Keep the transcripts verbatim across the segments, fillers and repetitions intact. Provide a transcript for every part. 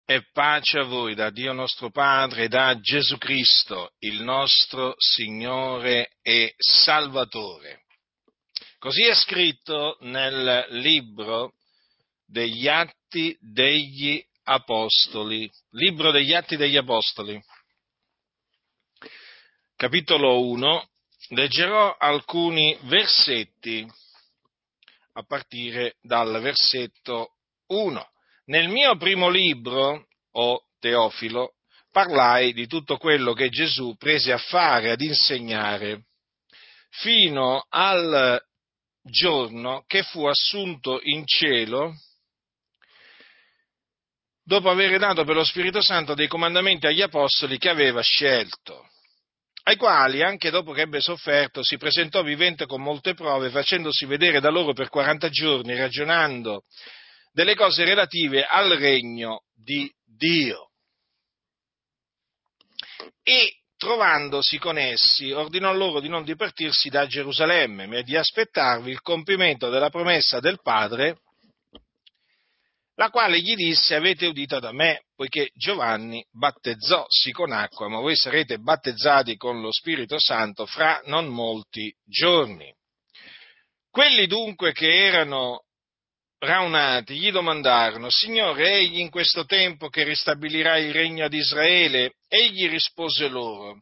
E pace a voi da Dio nostro Padre e da Gesù Cristo, il nostro Signore e Salvatore. Così è scritto nel libro degli Atti degli Apostoli, libro degli Atti degli Apostoli, capitolo uno, leggerò alcuni versetti a partire dal versetto uno. Nel mio primo libro, o Teofilo, parlai di tutto quello che Gesù prese a fare, ad insegnare, fino al giorno che fu assunto in cielo, dopo aver dato per lo Spirito Santo dei comandamenti agli apostoli che aveva scelto, ai quali, anche dopo che ebbe sofferto, si presentò vivente con molte prove, facendosi vedere da loro per quaranta giorni, ragionando delle cose relative al regno di Dio. E, trovandosi con essi, ordinò loro di non dipartirsi da Gerusalemme, ma di aspettarvi il compimento della promessa del Padre, la quale gli disse: avete udito da me, poiché Giovanni battezzò sì con acqua, ma voi sarete battezzati con lo Spirito Santo fra non molti giorni. Quelli dunque che erano raunati gli domandarono: Signore, egli in questo tempo che ristabilirà il regno ad Israele? Egli rispose loro: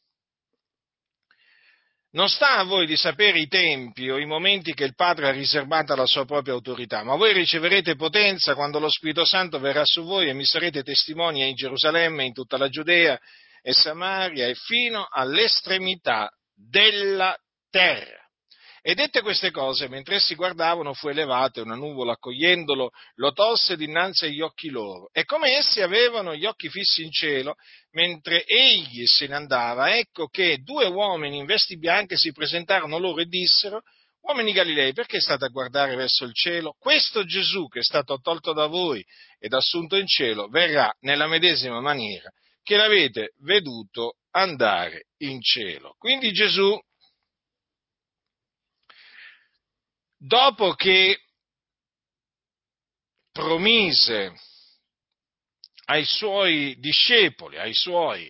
non sta a voi di sapere i tempi o i momenti che il Padre ha riservato alla sua propria autorità, ma voi riceverete potenza quando lo Spirito Santo verrà su voi e mi sarete testimoni in Gerusalemme, in tutta la Giudea e Samaria e fino all'estremità della terra. E dette queste cose, mentre essi guardavano, fu elevata una nuvola, accogliendolo, lo tolse dinanzi agli occhi loro. E come essi avevano gli occhi fissi in cielo, mentre egli se ne andava, ecco che due uomini in vesti bianche si presentarono loro e dissero: uomini Galilei, perché state a guardare verso il cielo? Questo Gesù che è stato tolto da voi ed assunto in cielo verrà nella medesima maniera che l'avete veduto andare in cielo. Quindi Gesù, dopo che promise ai suoi discepoli, ai suoi,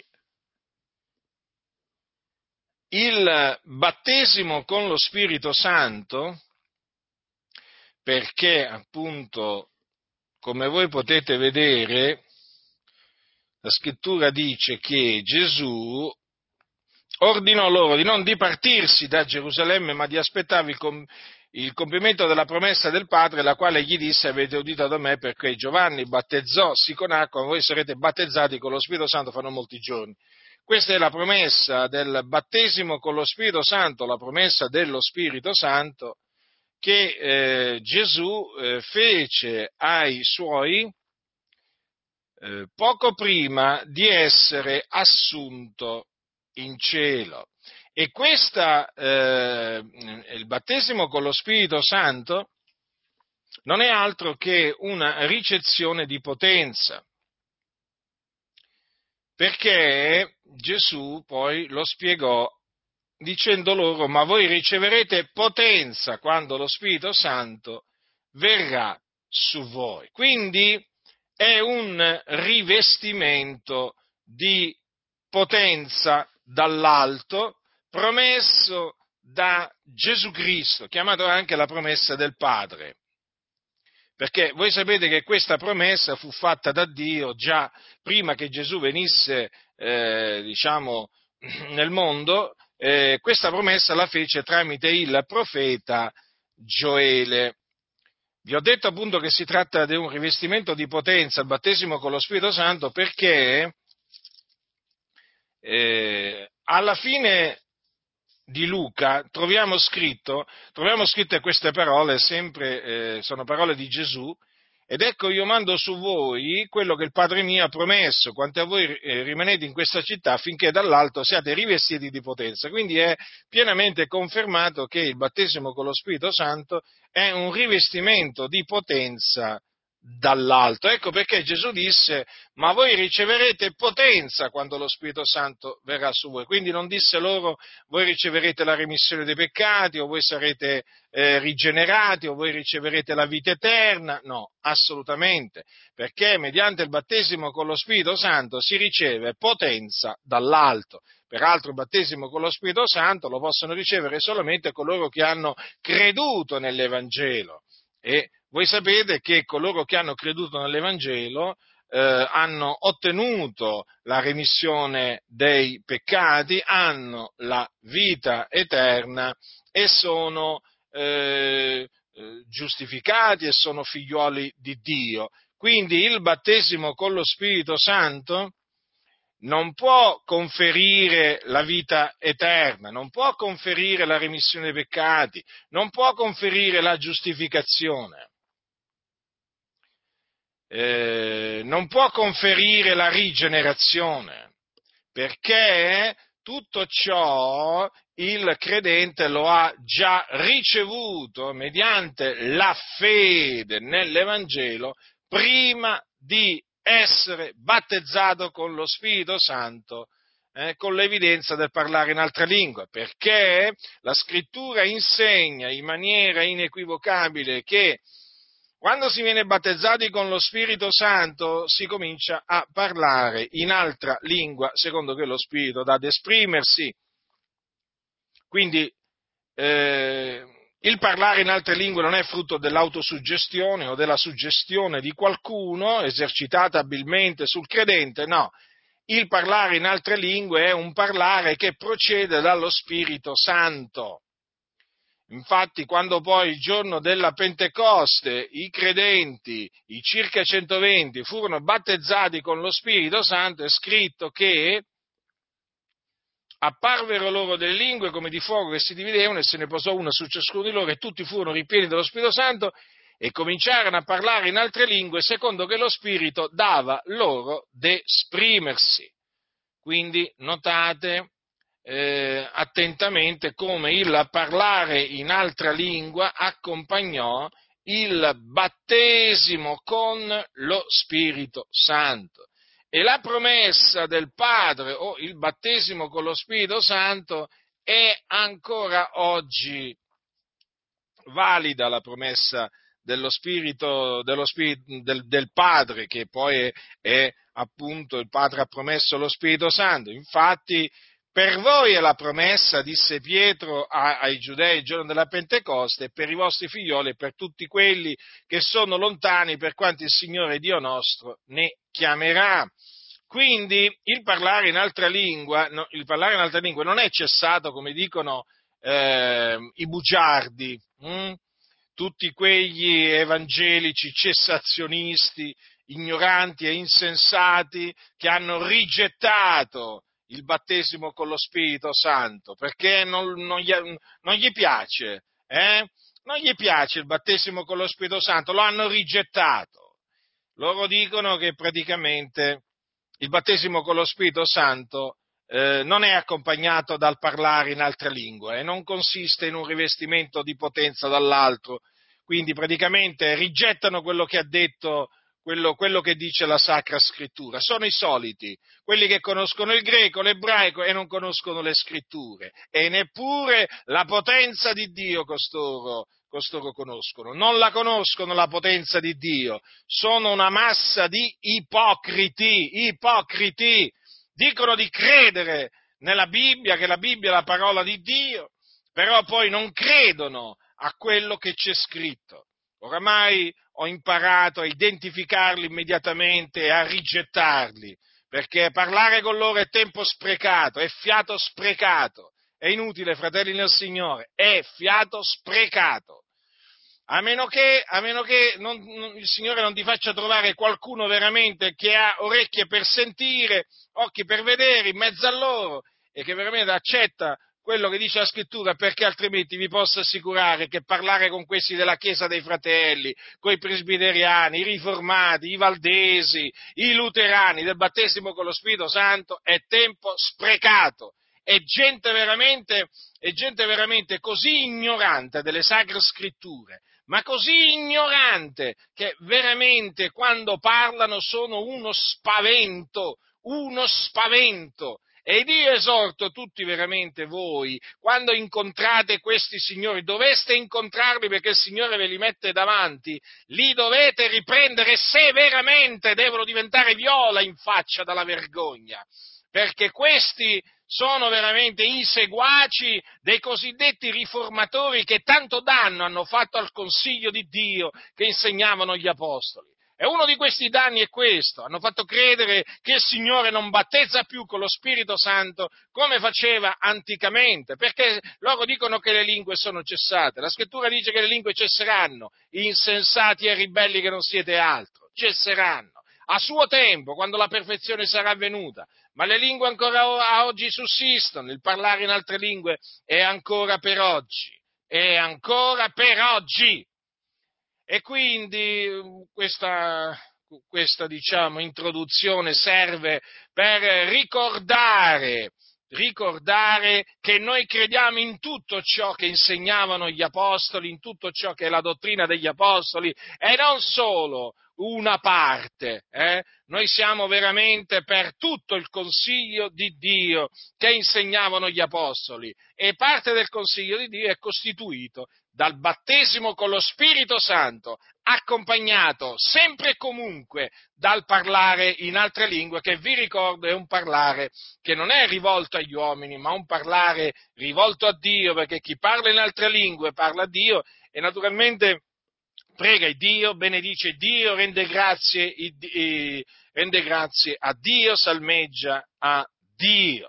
il battesimo con lo Spirito Santo, perché appunto, come voi potete vedere, la Scrittura dice che Gesù ordinò loro di non dipartirsi da Gerusalemme, ma di aspettare il, com- il compimento della promessa del Padre, la quale gli disse: avete udito da me, perché Giovanni battezzò sì con acqua, ma voi sarete battezzati con lo Spirito Santo fra non molti giorni. Questa è la promessa del battesimo con lo Spirito Santo, la promessa dello Spirito Santo che eh, Gesù eh, fece ai suoi eh, poco prima di essere assunto in cielo. E questa, eh, il battesimo con lo Spirito Santo non è altro che una ricezione di potenza, perché Gesù poi lo spiegò dicendo loro: ma voi riceverete potenza quando lo Spirito Santo verrà su voi. Quindi è un rivestimento di potenza dall'alto, promesso da Gesù Cristo, chiamato anche la promessa del Padre. Perché voi sapete che questa promessa fu fatta da Dio già prima che Gesù venisse, eh, diciamo, nel mondo. Eh, questa promessa la fece tramite il profeta Gioele. Vi ho detto appunto che si tratta di un rivestimento di potenza, il battesimo con lo Spirito Santo, perché eh, alla fine di Luca troviamo scritto, troviamo scritte queste parole, sempre eh, sono parole di Gesù: ed ecco io mando su voi quello che il Padre mio ha promesso, quanto a voi eh, rimanete in questa città affinché dall'alto siate rivestiti di potenza. Quindi è pienamente confermato che il battesimo con lo Spirito Santo è un rivestimento di potenza dall'alto. Ecco perché Gesù disse: ma voi riceverete potenza quando lo Spirito Santo verrà su voi. Quindi non disse loro: voi riceverete la remissione dei peccati, o voi sarete eh, rigenerati, o voi riceverete la vita eterna. No, assolutamente, perché mediante il battesimo con lo Spirito Santo si riceve potenza dall'alto. Peraltro il battesimo con lo Spirito Santo lo possono ricevere solamente coloro che hanno creduto nell'Evangelo. E voi sapete che coloro che hanno creduto nell'Evangelo eh, hanno ottenuto la remissione dei peccati, hanno la vita eterna e sono eh, giustificati e sono figliuoli di Dio. Quindi il battesimo con lo Spirito Santo non può conferire la vita eterna, non può conferire la remissione dei peccati, non può conferire la giustificazione, eh, non può conferire la rigenerazione, perché tutto ciò il credente lo ha già ricevuto mediante la fede nell'Evangelo prima di essere battezzato con lo Spirito Santo, eh, con l'evidenza del parlare in altra lingua, perché la Scrittura insegna in maniera inequivocabile che quando si viene battezzati con lo Spirito Santo si comincia a parlare in altra lingua, secondo che lo Spirito dà ad esprimersi. Quindi eh, il parlare in altre lingue non è frutto dell'autosuggestione o della suggestione di qualcuno esercitata abilmente sul credente, no. Il parlare in altre lingue è un parlare che procede dallo Spirito Santo. Infatti, quando poi il giorno della Pentecoste i credenti, i circa centoventi, furono battezzati con lo Spirito Santo, è scritto che apparvero loro delle lingue come di fuoco che si dividevano e se ne posò una su ciascuno di loro e tutti furono ripieni dello Spirito Santo e cominciarono a parlare in altre lingue secondo che lo Spirito dava loro d'esprimersi. Quindi notate eh, attentamente come il parlare in altra lingua accompagnò il battesimo con lo Spirito Santo. E la promessa del Padre o il battesimo con lo Spirito Santo è ancora oggi valida, la promessa dello Spirito, dello Spirito del, del Padre, che poi è, è appunto il Padre ha promesso lo Spirito Santo. Infatti, per voi è la promessa, disse Pietro a, ai Giudei il giorno della Pentecoste, per i vostri figlioli e per tutti quelli che sono lontani, per quanto il Signore Dio nostro ne chiamerà. Quindi il parlare in altra lingua, no, il parlare in altra lingua non è cessato, come dicono eh, i bugiardi, hm? Tutti quegli evangelici cessazionisti, ignoranti e insensati che hanno rigettato il battesimo con lo Spirito Santo, perché non, non, gli, non gli piace, eh? Non gli piace il battesimo con lo Spirito Santo, lo hanno rigettato. Loro dicono che praticamente il battesimo con lo Spirito Santo eh, non è accompagnato dal parlare in altre lingue e non consiste in un rivestimento di potenza dall'alto, quindi praticamente rigettano quello che ha detto, quello, quello che dice la Sacra Scrittura. Sono i soliti, quelli che conoscono il greco, l'ebraico e non conoscono le Scritture e neppure la potenza di Dio costoro. Costoro conoscono, non la conoscono la potenza di Dio, sono una massa di ipocriti, ipocriti, dicono di credere nella Bibbia, che la Bibbia è la parola di Dio, però poi non credono a quello che c'è scritto. Oramai ho imparato a identificarli immediatamente e a rigettarli, perché parlare con loro è tempo sprecato, è fiato sprecato, è inutile, fratelli nel Signore, è fiato sprecato. A meno che, a meno che non, non, il Signore non ti faccia trovare qualcuno veramente che ha orecchie per sentire, occhi per vedere in mezzo a loro e che veramente accetta quello che dice la Scrittura, perché altrimenti vi posso assicurare che parlare con questi della Chiesa dei Fratelli, con i presbiteriani, i riformati, i valdesi, i luterani del battesimo con lo Spirito Santo è tempo sprecato. È gente veramente, è gente veramente così ignorante delle Sacre Scritture, ma così ignorante, che veramente quando parlano sono uno spavento, uno spavento. Ed io esorto tutti veramente voi, quando incontrate questi signori, doveste incontrarli perché il Signore ve li mette davanti, li dovete riprendere se veramente devono diventare viola in faccia dalla vergogna, perché questi sono veramente i seguaci dei cosiddetti riformatori che tanto danno hanno fatto al consiglio di Dio che insegnavano gli apostoli. E uno di questi danni è questo: hanno fatto credere che il Signore non battezza più con lo Spirito Santo come faceva anticamente, perché loro dicono che le lingue sono cessate. La Scrittura dice che le lingue cesseranno, insensati e ribelli che non siete altro, cesseranno. A suo tempo, quando la perfezione sarà venuta, ma le lingue ancora oggi sussistono, il parlare in altre lingue è ancora per oggi, è ancora per oggi. E quindi questa, questa diciamo, introduzione serve per ricordare, ricordare che noi crediamo in tutto ciò che insegnavano gli apostoli, in tutto ciò che è la dottrina degli apostoli, e non solo una parte, eh? Noi siamo veramente per tutto il consiglio di Dio che insegnavano gli apostoli, e parte del consiglio di Dio è costituito dal battesimo con lo Spirito Santo, accompagnato sempre e comunque dal parlare in altre lingue, che vi ricordo è un parlare che non è rivolto agli uomini, ma un parlare rivolto a Dio, perché chi parla in altre lingue parla a Dio e naturalmente prega il Dio, benedice Dio, rende grazie, rende grazie a Dio, salmeggia a Dio.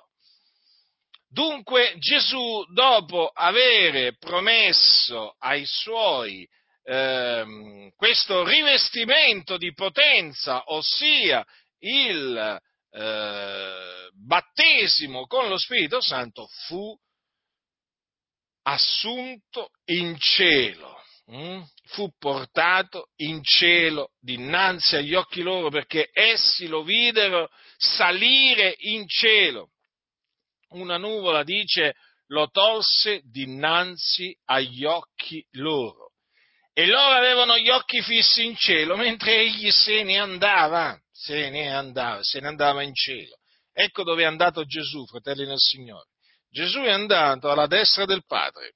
Dunque Gesù, dopo avere promesso ai suoi ehm, questo rivestimento di potenza, ossia il eh, battesimo con lo Spirito Santo, fu assunto in cielo, hm? fu portato in cielo dinanzi agli occhi loro, perché essi lo videro salire in cielo. Una nuvola, dice, lo tolse dinanzi agli occhi loro, e loro avevano gli occhi fissi in cielo, mentre egli se ne andava, se ne andava, se ne andava in cielo. Ecco dove è andato Gesù, fratelli nel Signore. Gesù è andato alla destra del Padre,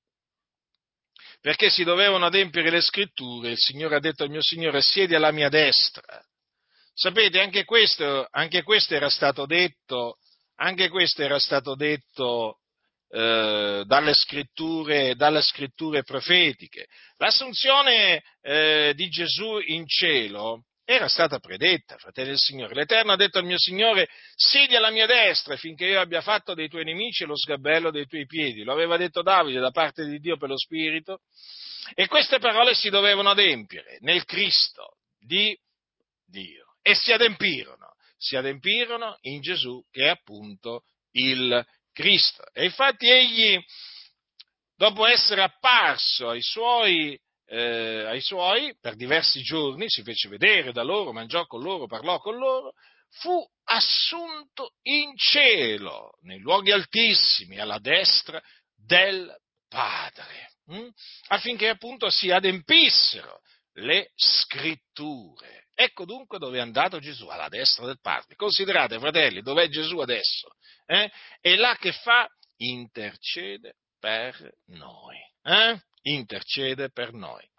perché si dovevano adempiere le scritture. Il Signore ha detto al mio Signore: siedi alla mia destra. Sapete, anche questo, anche questo era stato detto, anche questo era stato detto eh, dalle scritture, dalle scritture profetiche. L'assunzione eh, di Gesù in cielo era stata predetta, fratelli del Signore. L'Eterno ha detto al mio Signore: siedi alla mia destra finché io abbia fatto dei tuoi nemici lo sgabello dei tuoi piedi. Lo aveva detto Davide da parte di Dio per lo Spirito, e queste parole si dovevano adempiere nel Cristo di Dio. E si adempirono, si adempirono in Gesù, che è appunto il Cristo. E infatti egli, dopo essere apparso ai suoi, eh, ai suoi per diversi giorni, si fece vedere da loro, mangiò con loro, parlò con loro, fu assunto in cielo, nei luoghi altissimi, alla destra del Padre, hm? affinché appunto si adempissero le scritture. Ecco dunque dove è andato Gesù, alla destra del Padre. Considerate, fratelli, dov'è Gesù adesso? Eh? È là che fa, intercede per noi. Eh? Intercede per noi.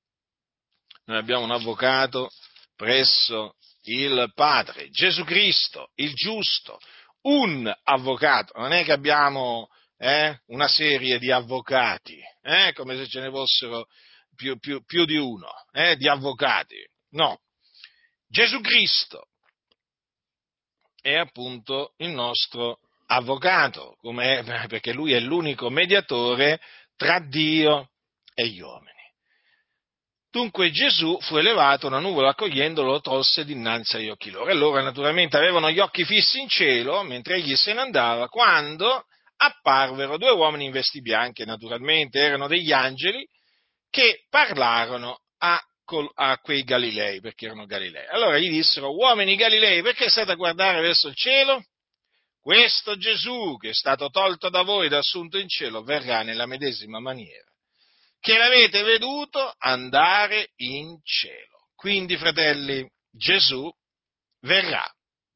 Noi abbiamo un avvocato presso il Padre, Gesù Cristo, il giusto, un avvocato. Non è che abbiamo eh, una serie di avvocati, eh, come se ce ne fossero più, più, più di uno, eh, di avvocati. No, Gesù Cristo è appunto il nostro avvocato, come è, perché lui è l'unico mediatore tra Dio e gli uomini. Dunque Gesù fu elevato, una nuvola accogliendolo lo tolse dinanzi agli occhi loro. E loro naturalmente avevano gli occhi fissi in cielo, mentre egli se ne andava, quando apparvero due uomini in vesti bianche, naturalmente erano degli angeli, che parlarono a, a quei Galilei, perché erano Galilei. Allora gli dissero: uomini Galilei, perché state a guardare verso il cielo? Questo Gesù, che è stato tolto da voi ed assunto in cielo, verrà nella medesima maniera che l'avete veduto andare in cielo. Quindi, fratelli, Gesù verrà.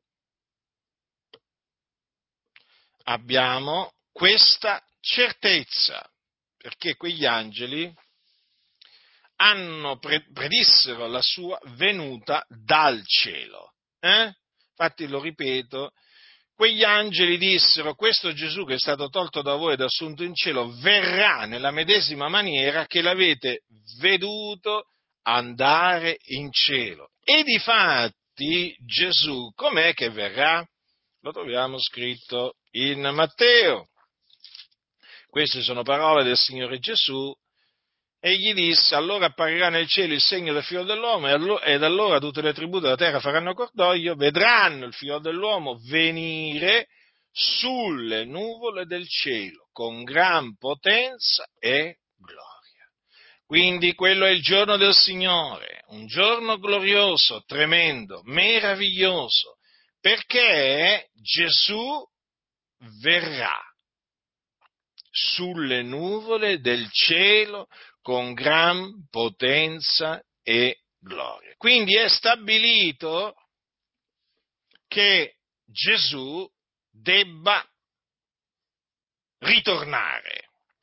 Abbiamo questa certezza, perché quegli angeli hanno pre- predissero la sua venuta dal cielo. Eh? Infatti, lo ripeto, quegli angeli dissero: questo Gesù che è stato tolto da voi ed assunto in cielo verrà nella medesima maniera che l'avete veduto andare in cielo. E difatti Gesù com'è che verrà? Lo troviamo scritto in Matteo. Queste sono parole del Signore Gesù. Egli disse: allora apparirà nel cielo il segno del figlio dell'uomo, ed allora tutte le tribù della terra faranno cordoglio, vedranno il figlio dell'uomo venire sulle nuvole del cielo con gran potenza e gloria. Quindi quello è il giorno del Signore, un giorno glorioso, tremendo, meraviglioso, perché Gesù verrà sulle nuvole del cielo con gran potenza e gloria. Quindi è stabilito che Gesù debba ritornare.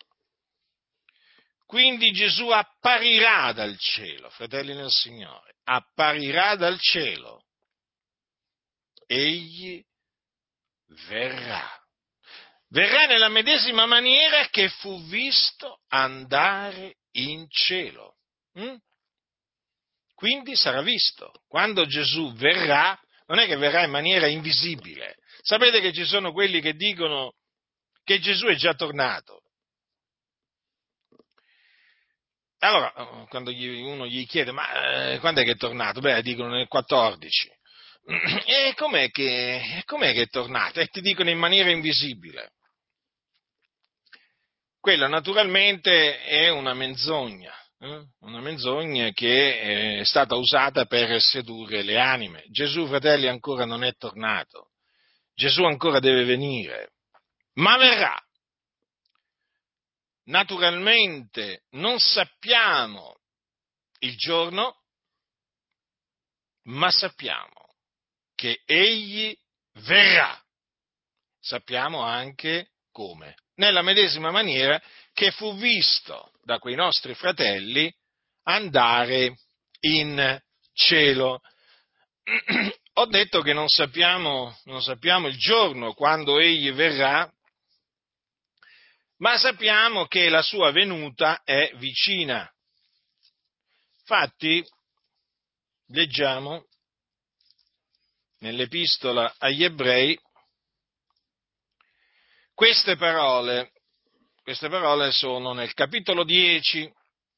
Quindi Gesù apparirà dal cielo, fratelli nel Signore, apparirà dal cielo. Egli verrà. Verrà nella medesima maniera che fu visto andare in cielo. Mm? Quindi sarà visto. Quando Gesù verrà, non è che verrà in maniera invisibile. Sapete che ci sono quelli che dicono che Gesù è già tornato. Allora, quando uno gli chiede: ma eh, quando è che è tornato? Beh, dicono nel quattordici. E com'è che, com'è che è tornato? E ti dicono in maniera invisibile. Quella naturalmente è una menzogna, eh? una menzogna che è stata usata per sedurre le anime. Gesù, fratelli, ancora non è tornato. Gesù ancora deve venire, ma verrà. Naturalmente non sappiamo il giorno, ma sappiamo che egli verrà. Sappiamo anche come. Nella medesima maniera che fu visto da quei nostri fratelli andare in cielo. Ho detto che non sappiamo, non sappiamo il giorno quando egli verrà, ma sappiamo che la sua venuta è vicina. Infatti, leggiamo nell'Epistola agli Ebrei queste parole. Queste parole sono nel capitolo dieci.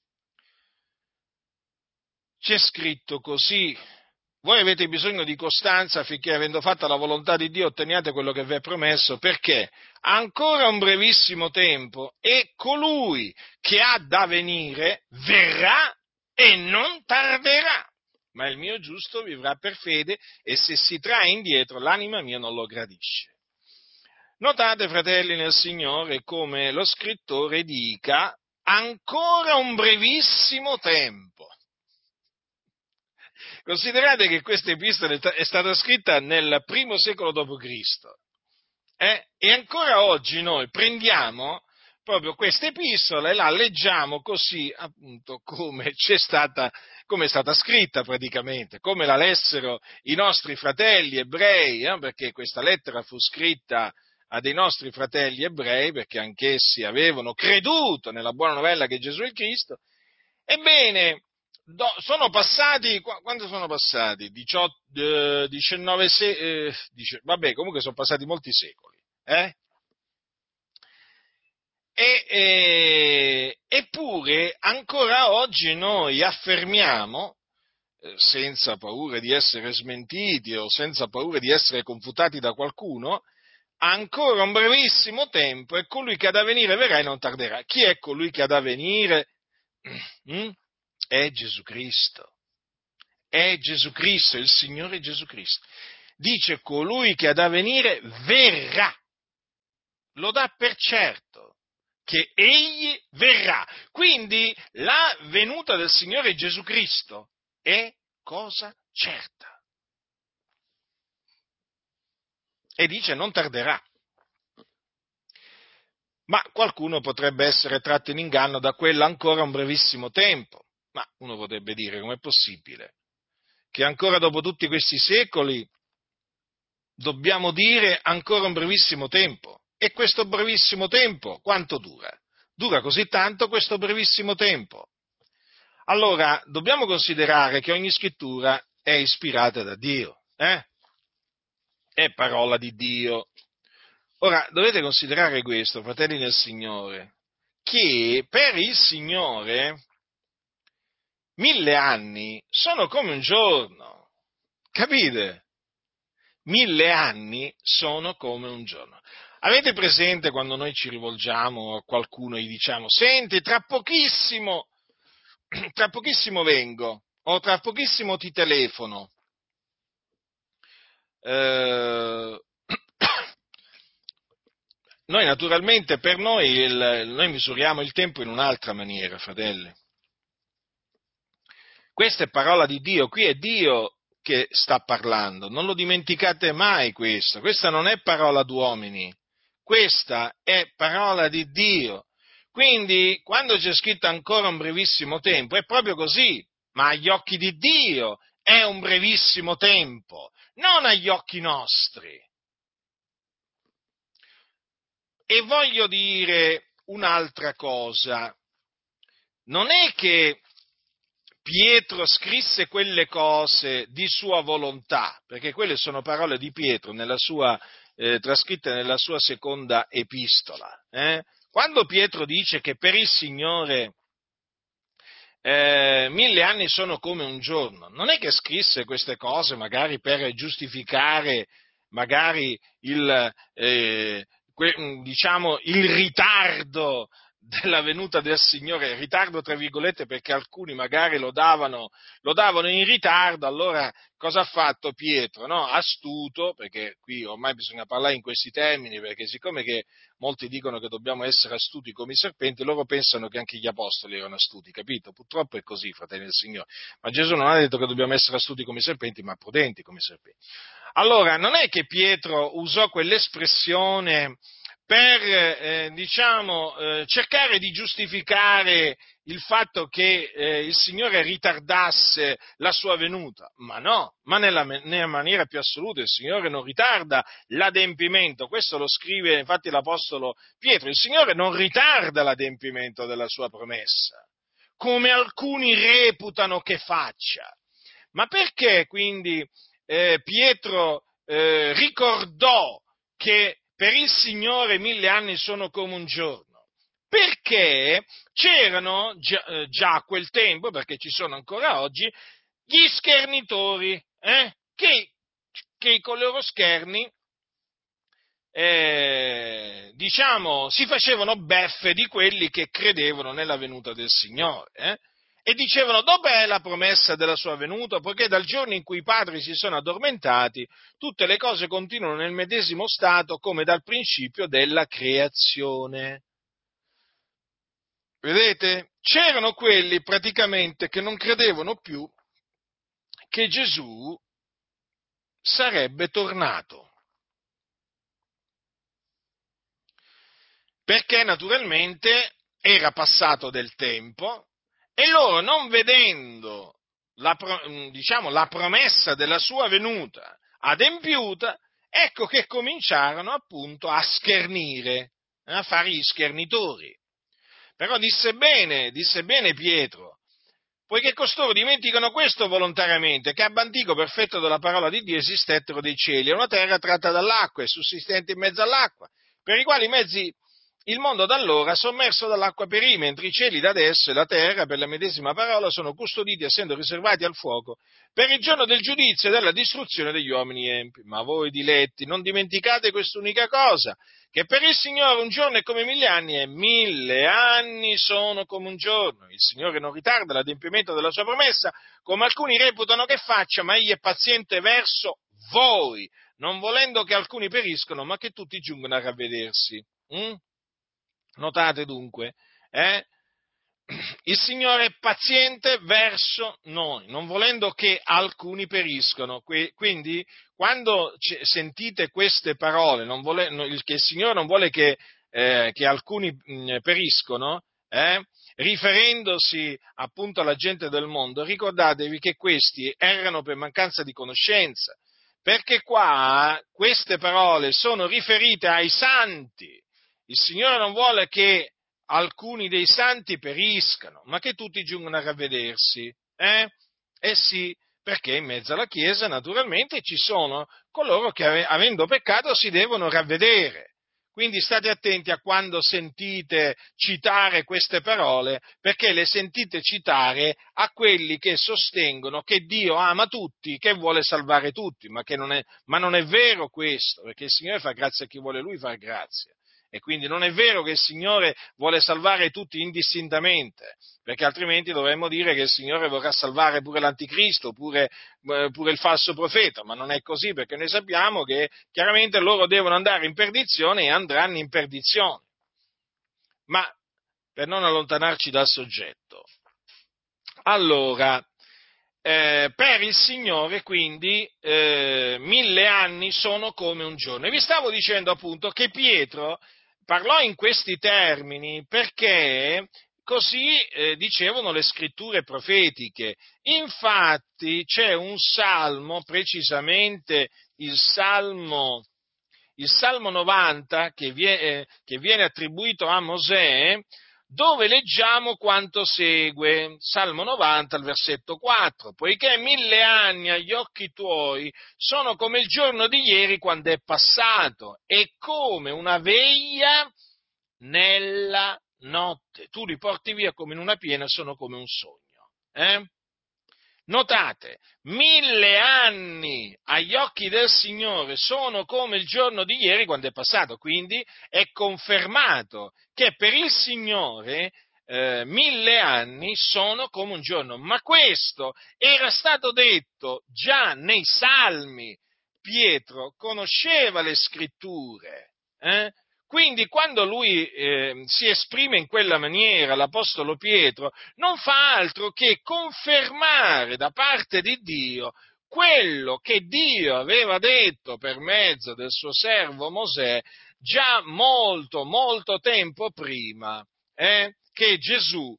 C'è scritto così: voi avete bisogno di costanza affinché, avendo fatta la volontà di Dio, otteniate quello che vi è promesso, perché ancora un brevissimo tempo e colui che ha da venire verrà e non tarderà, ma il mio giusto vivrà per fede, e se si trae indietro l'anima mia non lo gradisce. Notate, fratelli nel Signore, come lo scrittore dica ancora un brevissimo tempo. Considerate che questa epistola è stata scritta nel primo secolo dopo Cristo, eh? E ancora oggi noi prendiamo proprio questa epistola e la leggiamo così, appunto, come c'è stata, come è stata scritta praticamente, come la lessero i nostri fratelli ebrei, eh? Perché questa lettera fu scritta a dei nostri fratelli ebrei, perché anch'essi avevano creduto nella buona novella che Gesù è il Cristo. Ebbene, do, sono passati, quando sono passati? diciotto, eh, diciannove, eh, dice, vabbè, comunque sono passati molti secoli, eh? E, eh, eppure ancora oggi noi affermiamo, eh, senza paura di essere smentiti o senza paura di essere confutati da qualcuno, ancora un brevissimo tempo e colui che ha da venire verrà e non tarderà. Chi è colui che ha da venire? Mm? È Gesù Cristo. È Gesù Cristo, il Signore Gesù Cristo. Dice: colui che ha da venire verrà. Lo dà per certo. che egli verrà. Quindi la venuta del Signore Gesù Cristo è cosa certa. E dice non tarderà. Ma qualcuno potrebbe essere tratto in inganno da quello ancora un brevissimo tempo. Ma uno potrebbe dire, com'è possibile che ancora dopo tutti questi secoli dobbiamo dire ancora un brevissimo tempo? E questo brevissimo tempo quanto dura? Dura così tanto questo brevissimo tempo. Allora, dobbiamo considerare che ogni scrittura è ispirata da Dio, eh? È parola di Dio. Ora, dovete considerare questo, fratelli del Signore, che per il Signore mille anni sono come un giorno, capite? Mille anni sono come un giorno. Avete presente quando noi ci rivolgiamo a qualcuno e gli diciamo, senti, tra pochissimo, tra pochissimo vengo, o tra pochissimo ti telefono. Eh, Noi naturalmente, per noi, il, noi misuriamo il tempo in un'altra maniera, fratelli. Questa è parola di Dio, qui è Dio che sta parlando, non lo dimenticate mai questo, questa non è parola d'uomini, questa è parola di Dio. Quindi, quando c'è scritto ancora un brevissimo tempo, è proprio così, ma agli occhi di Dio è un brevissimo tempo, non agli occhi nostri. E voglio dire un'altra cosa, non è che Pietro scrisse quelle cose di sua volontà, perché quelle sono parole di Pietro nella sua, eh, trascritte nella sua seconda epistola. Eh? Quando Pietro dice che per il Signore eh, mille anni sono come un giorno, non è che scrisse queste cose magari per giustificare magari il, eh, que, diciamo, il ritardo della venuta del Signore, ritardo tra virgolette perché alcuni magari lo davano, lo davano in ritardo, allora cosa ha fatto Pietro? No? Astuto, perché qui ormai bisogna parlare in questi termini, perché siccome che molti dicono che dobbiamo essere astuti come i serpenti, loro pensano che anche gli apostoli erano astuti, capito? Purtroppo è così, fratelli del Signore, ma Gesù non ha detto che dobbiamo essere astuti come i serpenti, ma prudenti come i serpenti. Allora, non è che Pietro usò quell'espressione per, eh, diciamo, eh, cercare di giustificare il fatto che eh, il Signore ritardasse la sua venuta, ma no, ma nella, nella maniera più assoluta il Signore non ritarda l'adempimento, questo lo scrive infatti l'Apostolo Pietro, il Signore non ritarda l'adempimento della sua promessa, come alcuni reputano che faccia. Ma perché quindi eh, Pietro eh, ricordò che per il Signore mille anni sono come un giorno? Perché c'erano già, eh, già a quel tempo, perché ci sono ancora oggi, gli schernitori, eh, che, che con i loro scherni, eh, diciamo, si facevano beffe di quelli che credevano nella venuta del Signore, eh? E dicevano, dov'è la promessa della sua venuta? Poiché dal giorno in cui i padri si sono addormentati, tutte le cose continuano nel medesimo stato come dal principio della creazione. Vedete? C'erano quelli praticamente che non credevano più che Gesù sarebbe tornato. Perché naturalmente era passato del tempo e loro, non vedendo la, diciamo, la promessa della sua venuta adempiuta, ecco che cominciarono appunto a schernire, a fare gli schernitori. Però disse bene, disse bene Pietro, poiché costoro dimenticano questo volontariamente, che ab antico perfetto della parola di Dio esistettero dei cieli e una terra tratta dall'acqua e sussistente in mezzo all'acqua, per i quali mezzi il mondo da allora sommerso dall'acqua perì, mentre i cieli da adesso e la terra per la medesima parola sono custoditi essendo riservati al fuoco per il giorno del giudizio e della distruzione degli uomini empi. Ma voi diletti non dimenticate quest'unica cosa, che per il Signore un giorno è come mille anni e mille anni sono come un giorno. Il Signore non ritarda l'adempimento della sua promessa, come alcuni reputano che faccia, ma egli è paziente verso voi, non volendo che alcuni periscono, ma che tutti giungano a ravvedersi. Mm? Notate dunque, eh? Il Signore è paziente verso noi, non volendo che alcuni periscono. Quindi, quando sentite queste parole, non vuole, che il Signore non vuole che, eh, che alcuni mh, periscono, eh, riferendosi appunto alla gente del mondo, ricordatevi che questi errano per mancanza di conoscenza, perché qua queste parole sono riferite ai santi. Il Signore non vuole che alcuni dei santi periscano, ma che tutti giungano a ravvedersi. Eh? Eh sì, perché in mezzo alla Chiesa naturalmente ci sono coloro che avendo peccato si devono ravvedere. Quindi state attenti a quando sentite citare queste parole, perché le sentite citare a quelli che sostengono che Dio ama tutti, che vuole salvare tutti, ma, che non è, ma non è vero questo, perché il Signore fa grazia a chi vuole Lui far grazia. E quindi non è vero che il Signore vuole salvare tutti indistintamente, perché altrimenti dovremmo dire che il Signore vorrà salvare pure l'anticristo, pure, eh, pure il falso profeta, ma non è così, perché noi sappiamo che chiaramente loro devono andare in perdizione e andranno in perdizione. Ma per non allontanarci dal soggetto, allora, eh, per il Signore quindi eh, mille anni sono come un giorno. E vi stavo dicendo appunto che Pietro parlò in questi termini perché così eh, dicevano le scritture profetiche. Infatti c'è un salmo, precisamente il salmo, il salmo novanta, che viene, che viene attribuito a Mosè, dove leggiamo quanto segue, Salmo novanta, al versetto quattro, poiché mille anni agli occhi tuoi sono come il giorno di ieri quando è passato, e come una veglia nella notte. Tu li porti via come in una piena, sono come un sogno. Eh? Notate, mille anni agli occhi del Signore sono come il giorno di ieri quando è passato, quindi è confermato che per il Signore eh, mille anni sono come un giorno, ma questo era stato detto già nei Salmi. Pietro conosceva le scritture, eh? Quindi quando lui eh, si esprime in quella maniera, l'Apostolo Pietro, non fa altro che confermare da parte di Dio quello che Dio aveva detto per mezzo del suo servo Mosè già molto, molto tempo prima eh, che Gesù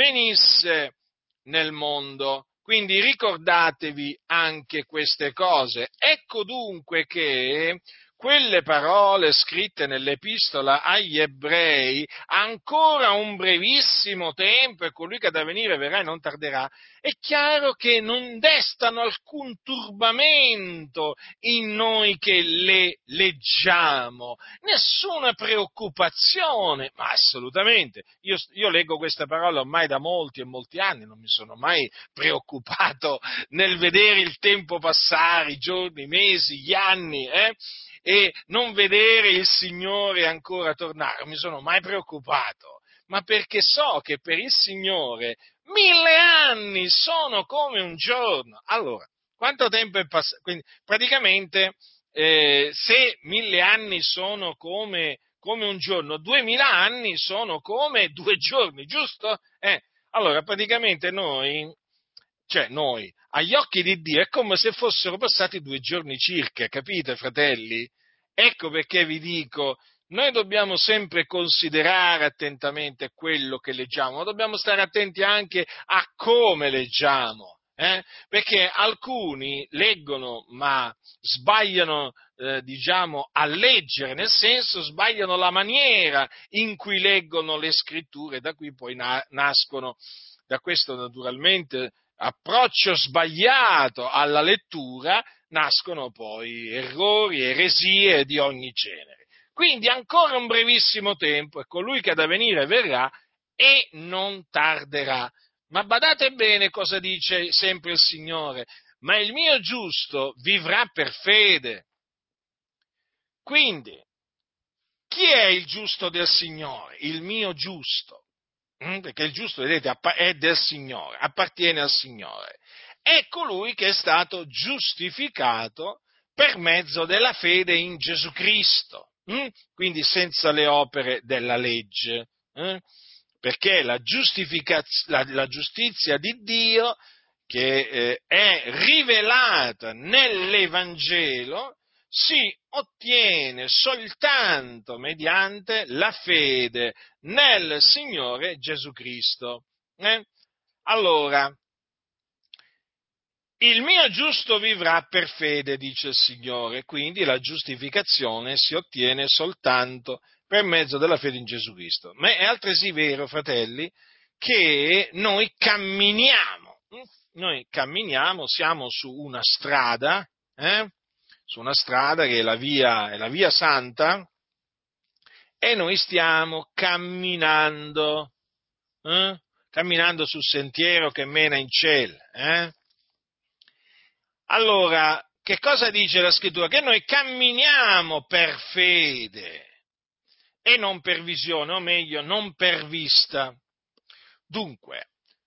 venisse nel mondo. Quindi ricordatevi anche queste cose. Ecco dunque che quelle parole scritte nell'epistola agli ebrei, ancora un brevissimo tempo e colui che da venire verrà e non tarderà, è chiaro che non destano alcun turbamento in noi che le leggiamo, nessuna preoccupazione, ma assolutamente. Io, io leggo queste parole ormai da molti e molti anni, non mi sono mai preoccupato nel vedere il tempo passare, i giorni, i mesi, gli anni, eh? E non vedere il Signore ancora tornare, non mi sono mai preoccupato, ma perché so che per il Signore mille anni sono come un giorno. Allora, quanto tempo è passato? Quindi, praticamente, eh, se mille anni sono come, come un giorno, duemila anni sono come due giorni, giusto? Eh, allora, praticamente noi, cioè noi, agli occhi di Dio è come se fossero passati due giorni circa, capite, fratelli? Ecco perché vi dico, noi dobbiamo sempre considerare attentamente quello che leggiamo, ma dobbiamo stare attenti anche a come leggiamo, eh? Perché alcuni leggono ma sbagliano, eh, diciamo, a leggere, nel senso sbagliano la maniera in cui leggono le scritture, da cui poi na- nascono, da questo naturalmente approccio sbagliato alla lettura, nascono poi errori, eresie di ogni genere. Quindi ancora un brevissimo tempo e colui che ha da venire verrà e non tarderà. Ma badate bene cosa dice sempre il Signore, ma il mio giusto vivrà per fede. Quindi, chi è il giusto del Signore? Il mio giusto. Perché il giusto, vedete, è del Signore, appartiene al Signore. È colui che è stato giustificato per mezzo della fede in Gesù Cristo. hm? Quindi senza le opere della legge, eh? Perché la, giustificaz- la, la giustizia di Dio, che eh, è rivelata nell'Evangelo, si ottiene soltanto mediante la fede nel Signore Gesù Cristo. Eh? Allora, il mio giusto vivrà per fede, dice il Signore, quindi la giustificazione si ottiene soltanto per mezzo della fede in Gesù Cristo. Ma è altresì vero, fratelli, che noi camminiamo, hm? noi camminiamo, siamo su una strada, eh? su una strada che è la via, è la via santa, e noi stiamo camminando, eh? camminando sul sentiero che mena in cielo, eh? Allora, che cosa dice la scrittura? Che noi camminiamo per fede e non per visione, o meglio, non per vista. Dunque,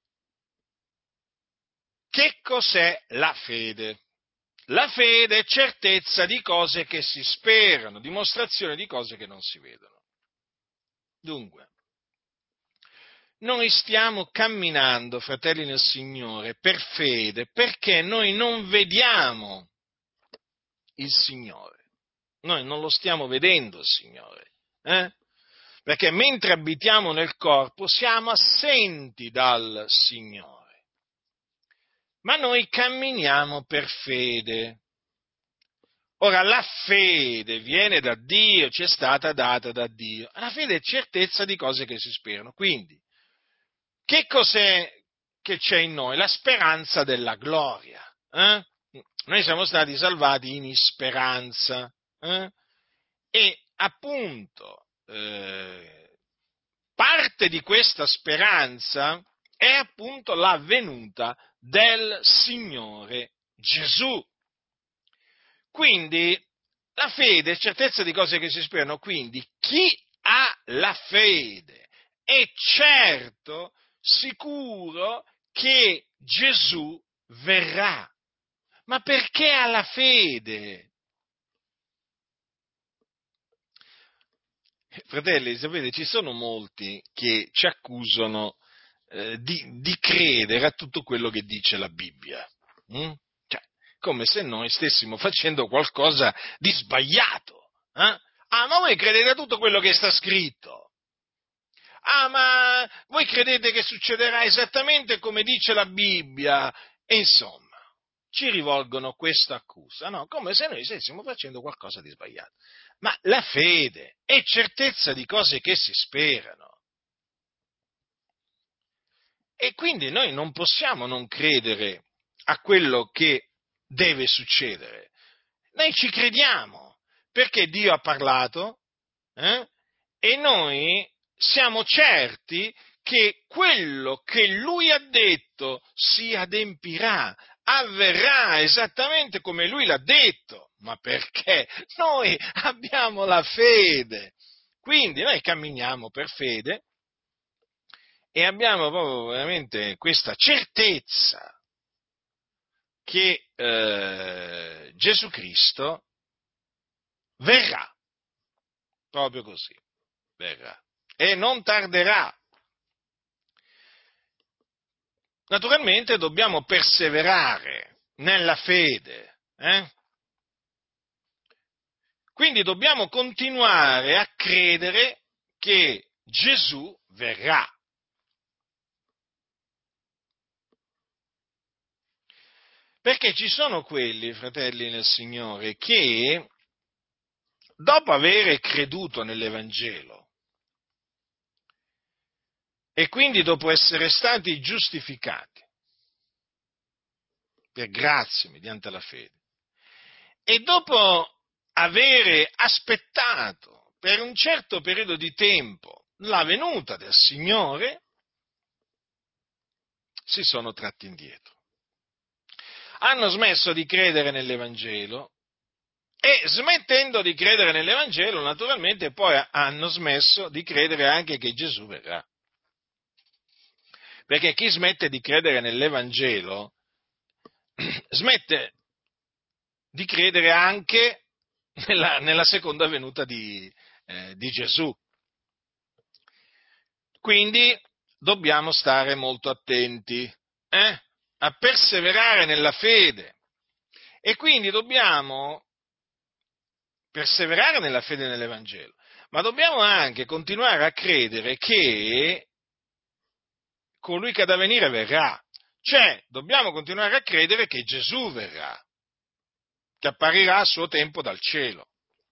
che cos'è la fede? La fede è certezza di cose che si sperano, dimostrazione di cose che non si vedono. Dunque, noi stiamo camminando, fratelli nel Signore, per fede, perché noi non vediamo il Signore. Noi non lo stiamo vedendo il Signore, eh? Perché mentre abitiamo nel corpo siamo assenti dal Signore, ma noi camminiamo per fede. Ora, la fede viene da Dio, ci è stata data da Dio. La fede è certezza di cose che si sperano. Quindi, che cos'è che c'è in noi? La speranza della gloria. Eh? Noi siamo stati salvati in speranza. Eh? E appunto, eh, parte di questa speranza è appunto la venuta del Signore Gesù. Quindi la fede è certezza di cose che si sperano, quindi chi ha la fede è certo, sicuro che Gesù verrà. Ma perché ha la fede? Fratelli, sapete, ci sono molti che ci accusano eh, di, di credere a tutto quello che dice la Bibbia. Mm? Cioè, come se noi stessimo facendo qualcosa di sbagliato. Eh? Ah, ma voi credete a tutto quello che sta scritto? Ah, ma voi credete che succederà esattamente come dice la Bibbia? E insomma, ci rivolgono questa accusa, no? Come se noi stessimo facendo qualcosa di sbagliato. Ma la fede è certezza di cose che si sperano. E quindi noi non possiamo non credere a quello che deve succedere. Noi ci crediamo, perché Dio ha parlato, eh? E noi siamo certi che quello che Lui ha detto si adempirà, avverrà esattamente come Lui l'ha detto. Ma perché? Noi abbiamo la fede. Quindi noi camminiamo per fede e abbiamo proprio veramente questa certezza che eh, Gesù Cristo verrà, proprio così, verrà, e non tarderà. Naturalmente dobbiamo perseverare nella fede, eh? Quindi dobbiamo continuare a credere che Gesù verrà. Perché ci sono quelli, fratelli nel Signore, che dopo avere creduto nell'Evangelo e quindi dopo essere stati giustificati per grazia mediante la fede, e dopo avere aspettato per un certo periodo di tempo la venuta del Signore, si sono tratti indietro. Hanno smesso di credere nell'Evangelo e, smettendo di credere nell'Evangelo, naturalmente poi hanno smesso di credere anche che Gesù verrà. Perché chi smette di credere nell'Evangelo smette di credere anche nella, nella seconda venuta di, eh, di Gesù. Quindi dobbiamo stare molto attenti eh, a perseverare nella fede e quindi dobbiamo perseverare nella fede nell'Evangelo, ma dobbiamo anche continuare a credere che colui che ha da venire verrà, cioè dobbiamo continuare a credere che Gesù verrà, che apparirà a suo tempo dal cielo.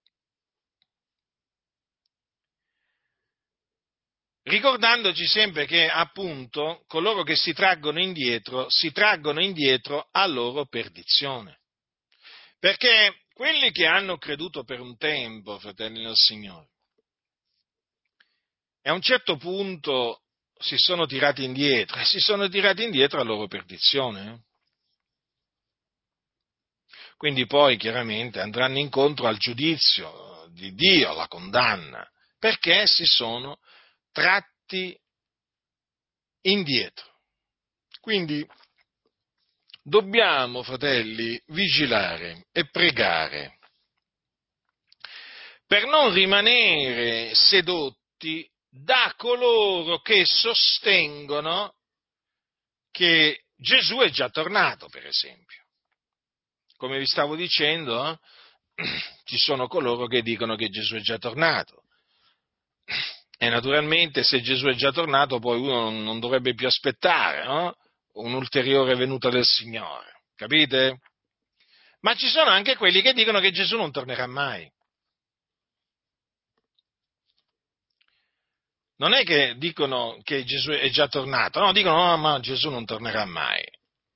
Ricordandoci sempre che appunto coloro che si traggono indietro, si traggono indietro a loro perdizione. Perché quelli che hanno creduto per un tempo, fratelli del Signore, e a un certo punto si sono tirati indietro, e si sono tirati indietro a loro perdizione. Quindi poi chiaramente andranno incontro al giudizio di Dio, alla condanna, perché si sono tratti indietro. Quindi dobbiamo, fratelli, vigilare e pregare per non rimanere sedotti da coloro che sostengono che Gesù è già tornato, per esempio. Come vi stavo dicendo, eh, ci sono coloro che dicono che Gesù è già tornato. E naturalmente se Gesù è già tornato poi uno non dovrebbe più aspettare, no? Un'ulteriore venuta del Signore, capite? Ma ci sono anche quelli che dicono che Gesù non tornerà mai. Non è che dicono che Gesù è già tornato, no, dicono no, ma Gesù non tornerà mai.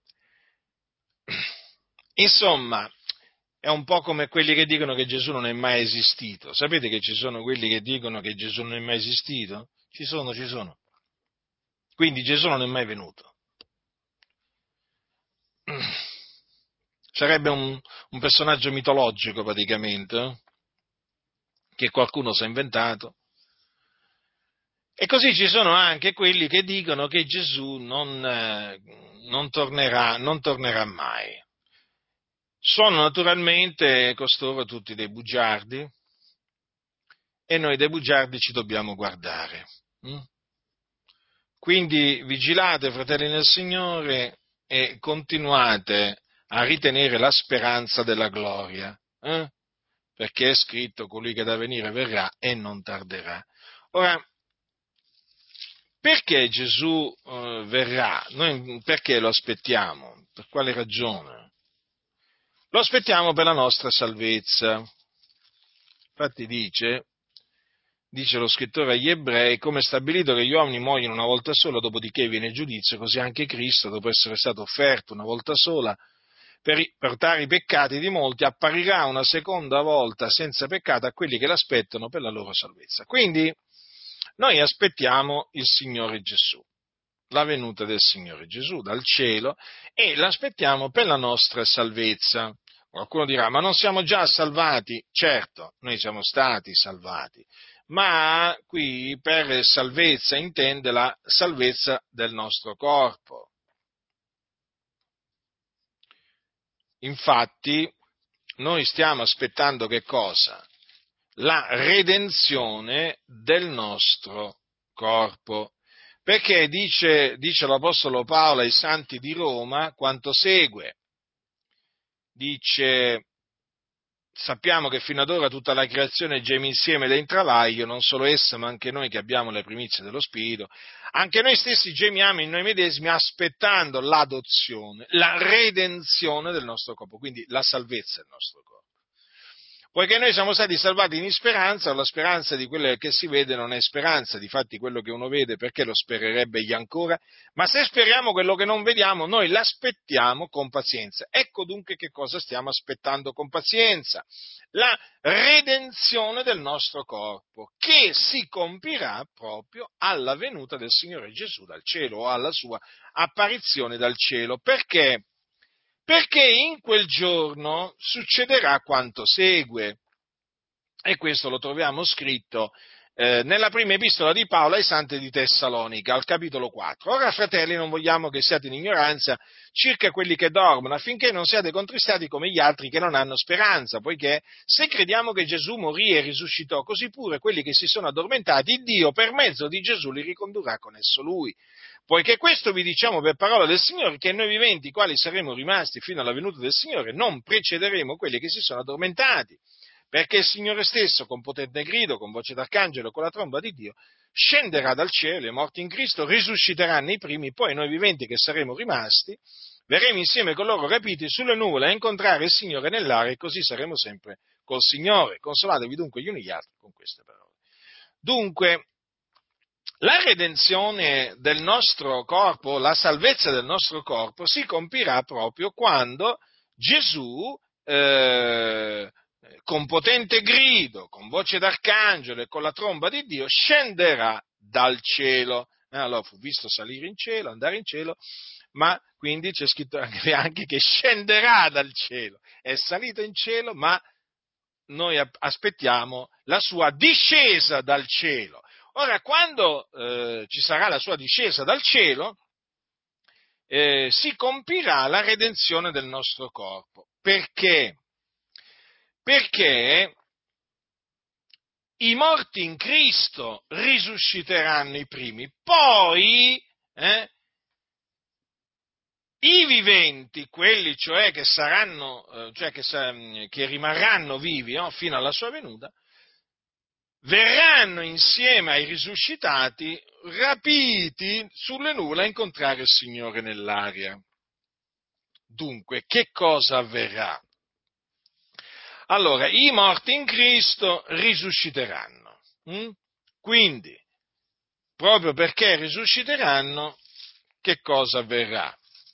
Insomma, è un po' come quelli che dicono che Gesù non è mai esistito. Sapete che ci sono quelli che dicono che Gesù non è mai esistito? Ci sono, ci sono. Quindi Gesù non è mai venuto. Sarebbe un, un personaggio mitologico praticamente, eh? Che qualcuno si è inventato. E così ci sono anche quelli che dicono che Gesù non, eh, non tornerà, non tornerà mai. Sono naturalmente costoro tutti dei bugiardi e noi dei bugiardi ci dobbiamo guardare. Hm? Quindi vigilate, fratelli nel Signore, e continuate a ritenere la speranza della gloria, eh? Perché è scritto: colui che da venire verrà e non tarderà. Ora, perché Gesù eh, verrà? Noi perché lo aspettiamo? Per quale ragione? Lo aspettiamo per la nostra salvezza. Infatti dice, dice lo scrittore agli Ebrei: come è stabilito che gli uomini muoiono una volta sola, dopodiché viene il giudizio, così anche Cristo, dopo essere stato offerto una volta sola, per portare i peccati di molti, apparirà una seconda volta senza peccato a quelli che l'aspettano per la loro salvezza. Quindi noi aspettiamo il Signore Gesù, la venuta del Signore Gesù dal cielo, e l'aspettiamo per la nostra salvezza. Qualcuno dirà: ma non siamo già salvati? Certo, noi siamo stati salvati, ma qui per salvezza intende la salvezza del nostro corpo. Infatti, noi stiamo aspettando che cosa? La redenzione del nostro corpo. Perché dice, dice l'Apostolo Paolo ai santi di Roma quanto segue. Dice: sappiamo che fino ad ora tutta la creazione geme insieme ed è in travaglio, non solo essa, ma anche noi che abbiamo le primizie dello Spirito. Anche noi stessi gemiamo in noi medesimi aspettando l'adozione, la redenzione del nostro corpo, quindi la salvezza del nostro corpo. Poiché noi siamo stati salvati in speranza, la speranza di quello che si vede non è speranza, difatti quello che uno vede perché lo spererebbe egli ancora? Ma se speriamo quello che non vediamo, noi l'aspettiamo con pazienza. Ecco dunque che cosa stiamo aspettando con pazienza: la redenzione del nostro corpo, che si compirà proprio alla venuta del Signore Gesù dal cielo, o alla sua apparizione dal cielo. Perché? Perché in quel giorno succederà quanto segue, e questo lo troviamo scritto eh, nella prima epistola di Paolo ai Santi di Tessalonica, al capitolo quattro. Ora, fratelli, non vogliamo che siate in ignoranza circa quelli che dormono, affinché non siate contristati come gli altri che non hanno speranza, poiché se crediamo che Gesù morì e risuscitò, così pure quelli che si sono addormentati, Dio per mezzo di Gesù li ricondurrà con esso Lui. Poiché questo vi diciamo per parola del Signore, che noi viventi, quali saremo rimasti fino alla venuta del Signore, non precederemo quelli che si sono addormentati. Perché il Signore stesso, con potente grido, con voce d'arcangelo, con la tromba di Dio, scenderà dal cielo, e morti in Cristo risusciteranno i primi, poi noi viventi che saremo rimasti, verremo insieme con loro rapiti sulle nuvole a incontrare il Signore nell'aria, e così saremo sempre col Signore. Consolatevi dunque gli uni gli altri con queste parole. Dunque, la redenzione del nostro corpo, la salvezza del nostro corpo, si compirà proprio quando Gesù, eh, con potente grido, con voce d'arcangelo e con la tromba di Dio, scenderà dal cielo. Eh, allora fu visto salire in cielo, andare in cielo, ma quindi c'è scritto anche che scenderà dal cielo. È salito in cielo, ma noi aspettiamo la sua discesa dal cielo. Ora, quando eh, ci sarà la sua discesa dal cielo, eh, si compirà la redenzione del nostro corpo. Perché? Perché i morti in Cristo risusciteranno i primi, poi eh, i viventi, quelli cioè che saranno, eh, cioè che, che rimarranno vivi no, fino alla sua venuta, verranno insieme ai risuscitati rapiti sulle nuvole a incontrare il Signore nell'aria. Dunque, che cosa avverrà? Allora, i morti in Cristo risusciteranno. Hm? Quindi, proprio perché risusciteranno, che cosa avverrà?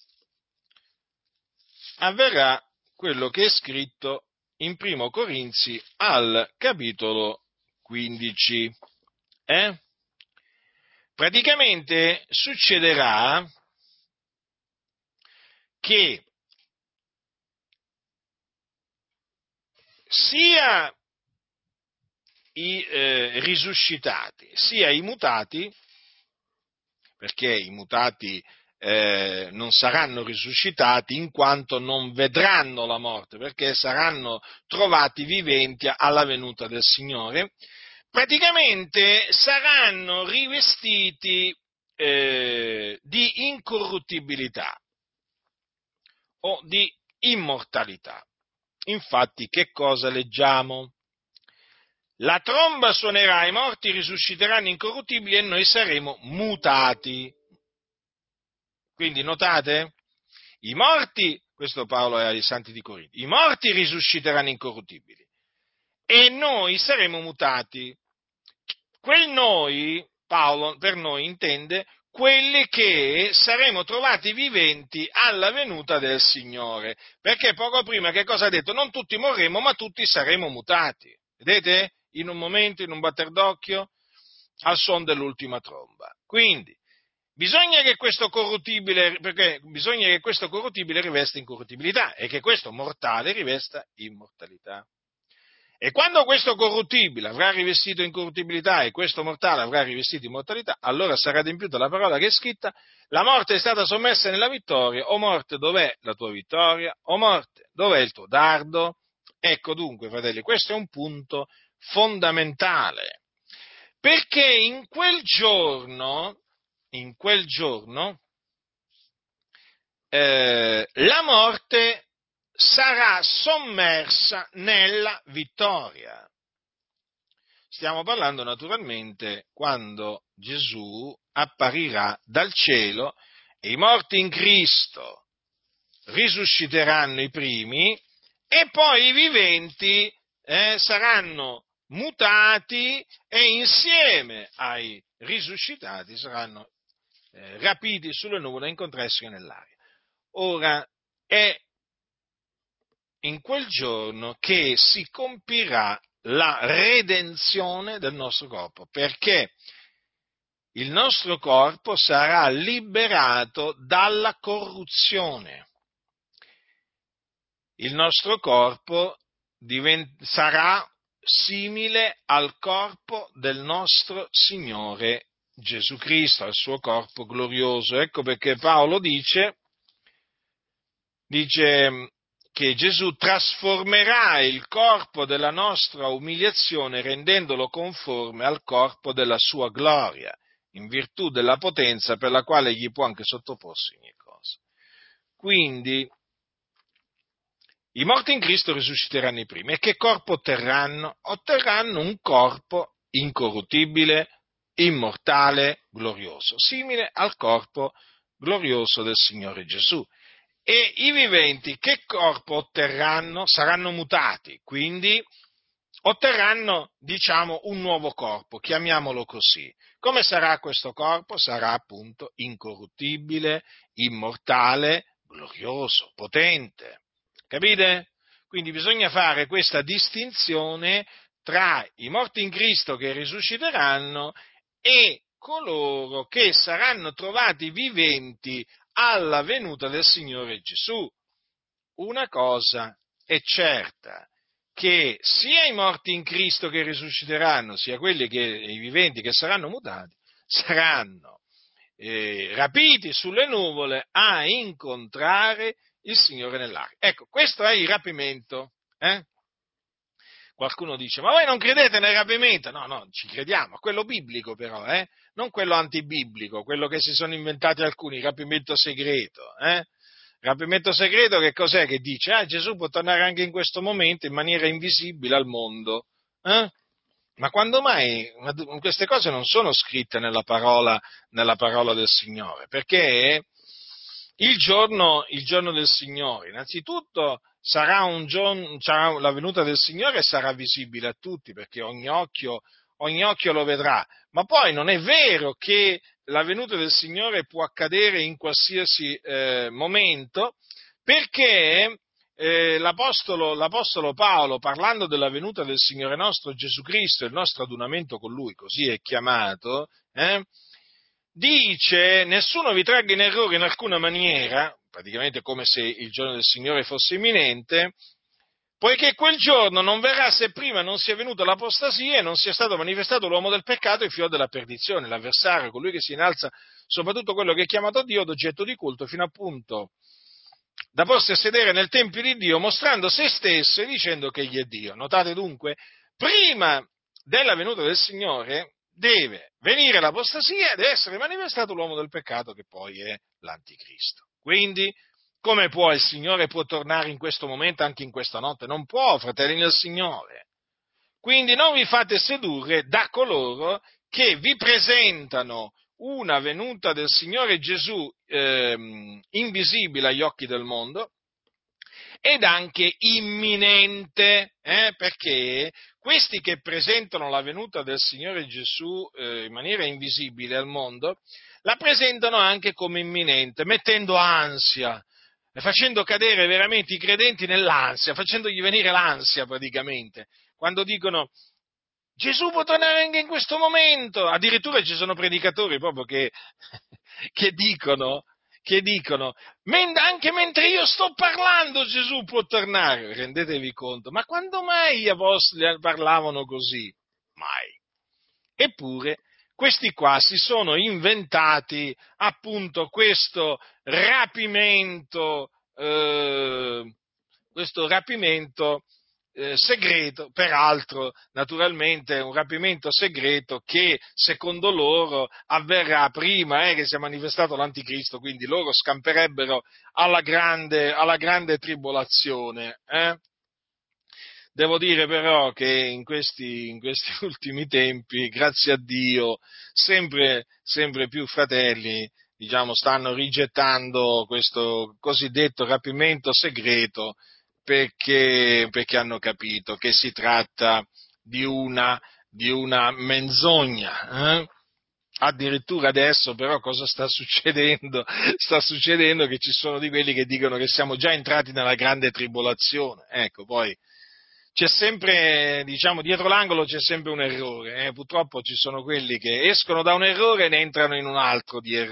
Avverrà quello che è scritto in Primo Corinzi al capitolo quindici. Eh? Praticamente succederà che sia i eh, risuscitati, sia i mutati, perché i mutati eh, non saranno risuscitati in quanto non vedranno la morte, perché saranno trovati viventi alla venuta del Signore, praticamente saranno rivestiti eh, di incorruttibilità o di immortalità. Infatti, che cosa leggiamo? La tromba suonerà, i morti risusciteranno incorruttibili e noi saremo mutati. Quindi notate? I morti, questo Paolo è ai Santi di Corinto, i morti risusciteranno incorruttibili e noi saremo mutati. Quel noi, Paolo per noi intende quelli che saremo trovati viventi alla venuta del Signore, perché poco prima che cosa ha detto? Non tutti morremo, ma tutti saremo mutati. Vedete? In un momento, in un batter d'occhio, al suono dell'ultima tromba. Quindi, bisogna che questo corruttibile, perché bisogna che questo corruttibile rivesta incorruttibilità e che questo mortale rivesta immortalità. E quando questo corruttibile avrà rivestito incorruttibilità e questo mortale avrà rivestito immortalità, allora sarà adempiuta la parola che è scritta: la morte è stata sommessa nella vittoria. O morte, dov'è la tua vittoria? O morte, dov'è il tuo dardo? Ecco dunque, fratelli, questo è un punto fondamentale, perché in quel giorno, in quel giorno, eh, la morte sarà sommersa nella vittoria. Stiamo parlando naturalmente quando Gesù apparirà dal cielo e i morti in Cristo risusciteranno i primi e poi i viventi eh, saranno mutati e insieme ai risuscitati saranno eh, rapiti sulle nuvole e incontrarsi nell'aria. Ora, è in quel giorno che si compirà la redenzione del nostro corpo, perché il nostro corpo sarà liberato dalla corruzione. Il nostro corpo divent- sarà simile al corpo del nostro Signore Gesù Cristo, al suo corpo glorioso. Ecco perché Paolo dice, dice che Gesù trasformerà il corpo della nostra umiliazione rendendolo conforme al corpo della sua gloria, in virtù della potenza per la quale gli può anche sottoporsi ogni cosa. Quindi i morti in Cristo risusciteranno i primi. E che corpo otterranno? Otterranno un corpo incorruttibile, immortale, glorioso, simile al corpo glorioso del Signore Gesù. E i viventi che corpo otterranno? Saranno mutati, quindi otterranno, diciamo, un nuovo corpo, chiamiamolo così. Come sarà questo corpo? Sarà appunto incorruttibile, immortale, glorioso, potente. Capite? Quindi bisogna fare questa distinzione tra i morti in Cristo che risusciteranno e coloro che saranno trovati viventi alla venuta del Signore Gesù. Una cosa è certa, che sia i morti in Cristo che risusciteranno, sia quelli che, i viventi che saranno mutati, saranno eh, rapiti sulle nuvole a incontrare il Signore nell'aria. Ecco, questo è il rapimento. Eh? Qualcuno dice, ma voi non credete nel rapimento? No, no, ci crediamo, quello biblico però, eh? Non quello antibiblico, quello che si sono inventati alcuni, il rapimento segreto. Eh? Il rapimento segreto che cos'è che dice? Ah, Gesù può tornare anche in questo momento in maniera invisibile al mondo. Eh? Ma quando mai? Queste cose non sono scritte nella parola, nella parola del Signore, perché il giorno, il giorno del Signore, innanzitutto, sarà un giorno, sarà, la venuta del Signore sarà visibile a tutti, perché ogni occhio, ogni occhio lo vedrà, ma poi non è vero che la venuta del Signore può accadere in qualsiasi eh, momento, perché eh, l'apostolo, l'apostolo Paolo, parlando della venuta del Signore nostro Gesù Cristo, il nostro adunamento con Lui, così è chiamato, eh, dice: nessuno vi tragga in errore in alcuna maniera, praticamente come se il giorno del Signore fosse imminente, poiché quel giorno non verrà se prima non sia venuta l'apostasia e non sia stato manifestato l'uomo del peccato e il figlio della perdizione, l'avversario, colui che si innalza soprattutto quello che è chiamato Dio, d'oggetto di culto, fino appunto da porsi a sedere nel Tempio di Dio, mostrando se stesso e dicendo che egli è Dio. Notate dunque, prima della venuta del Signore deve venire l'apostasia e deve essere manifestato l'uomo del peccato, che poi è l'anticristo. Quindi, come può il Signore può tornare in questo momento, anche in questa notte? Non può, fratelli del Signore. Quindi non vi fate sedurre da coloro che vi presentano una venuta del Signore Gesù ehm, invisibile agli occhi del mondo ed anche imminente, eh, perché questi che presentano la venuta del Signore Gesù eh, in maniera invisibile al mondo, la presentano anche come imminente, mettendo ansia, facendo cadere veramente i credenti nell'ansia, facendogli venire l'ansia praticamente, quando dicono Gesù può tornare anche in questo momento. Addirittura ci sono predicatori proprio che, che dicono, che dicono, anche mentre io sto parlando Gesù può tornare. Rendetevi conto, ma quando mai gli apostoli parlavano così? Mai. Eppure questi qua si sono inventati appunto questo rapimento, eh, questo rapimento eh, segreto, peraltro naturalmente un rapimento segreto che secondo loro avverrà prima eh, che sia manifestato l'anticristo, quindi loro scamperebbero alla grande, alla grande tribolazione. Eh? Devo dire però che in questi, in questi ultimi tempi, grazie a Dio, sempre, sempre più fratelli, diciamo, stanno rigettando questo cosiddetto rapimento segreto perché, perché hanno capito che si tratta di una, di una menzogna. Eh? Addirittura adesso però cosa sta succedendo? Sta succedendo che ci sono di quelli che dicono che siamo già entrati nella grande tribolazione. Ecco, poi c'è sempre, diciamo, dietro l'angolo c'è sempre un errore, eh? Purtroppo ci sono quelli che escono da un errore e ne entrano in un altro di errore,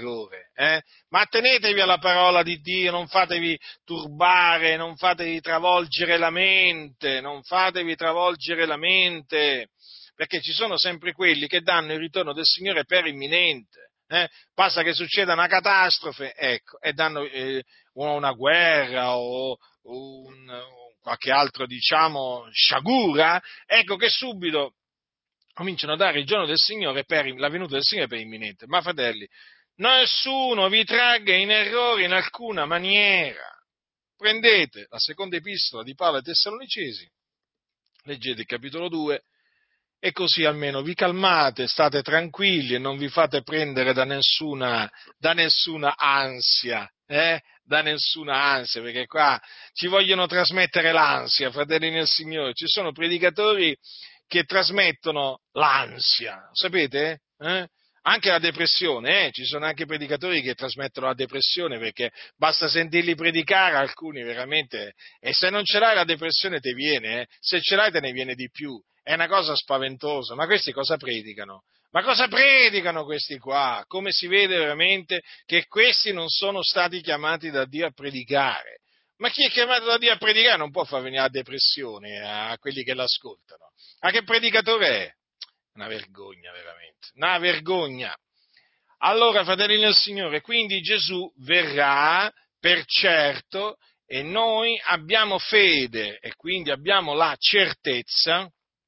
eh? Ma attenetevi alla parola di Dio, non fatevi turbare, non fatevi travolgere la mente, non fatevi travolgere la mente, perché ci sono sempre quelli che danno il ritorno del Signore per imminente. Eh? Basta che succeda una catastrofe, ecco, e danno eh, una guerra o un, qualche altro, diciamo, sciagura, ecco che subito cominciano a dare il giorno del Signore per la venuta del Signore per imminente. Ma fratelli, nessuno vi tragga in errore in alcuna maniera. Prendete la seconda epistola di Paolo ai Tessalonicesi, leggete il capitolo due, e così almeno vi calmate, state tranquilli e non vi fate prendere da nessuna, da nessuna ansia, eh? Da nessuna ansia, perché qua ci vogliono trasmettere l'ansia, fratelli nel Signore. Ci sono predicatori che trasmettono l'ansia, sapete? Eh? Anche la depressione, eh? Ci sono anche predicatori che trasmettono la depressione, perché basta sentirli predicare, alcuni veramente, e se non ce l'hai la depressione ti viene, eh? Se ce l'hai te ne viene di più. È una cosa spaventosa, ma questi cosa predicano? Ma cosa predicano questi qua? Come si vede veramente che questi non sono stati chiamati da Dio a predicare? Ma chi è chiamato da Dio a predicare non può far venire la depressione a quelli che l'ascoltano. Ma che predicatore è? Una vergogna veramente, una vergogna. Allora, fratelli nel Signore, quindi Gesù verrà per certo e noi abbiamo fede e quindi abbiamo la certezza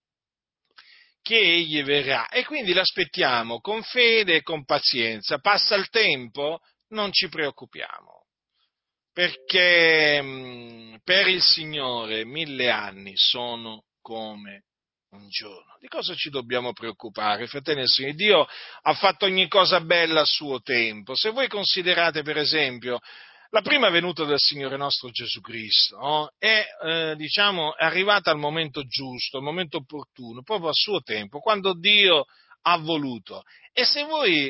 che egli verrà e quindi l'aspettiamo con fede e con pazienza. Passa il tempo, non ci preoccupiamo, perché mh, per il Signore mille anni sono come un giorno. Di cosa ci dobbiamo preoccupare, fratelli del Signore? Dio ha fatto ogni cosa bella a suo tempo. Se voi considerate, per esempio, la prima venuta del Signore nostro Gesù Cristo, no? è eh, diciamo, è arrivata al momento giusto, al momento opportuno, proprio a suo tempo, quando Dio ha voluto. E se voi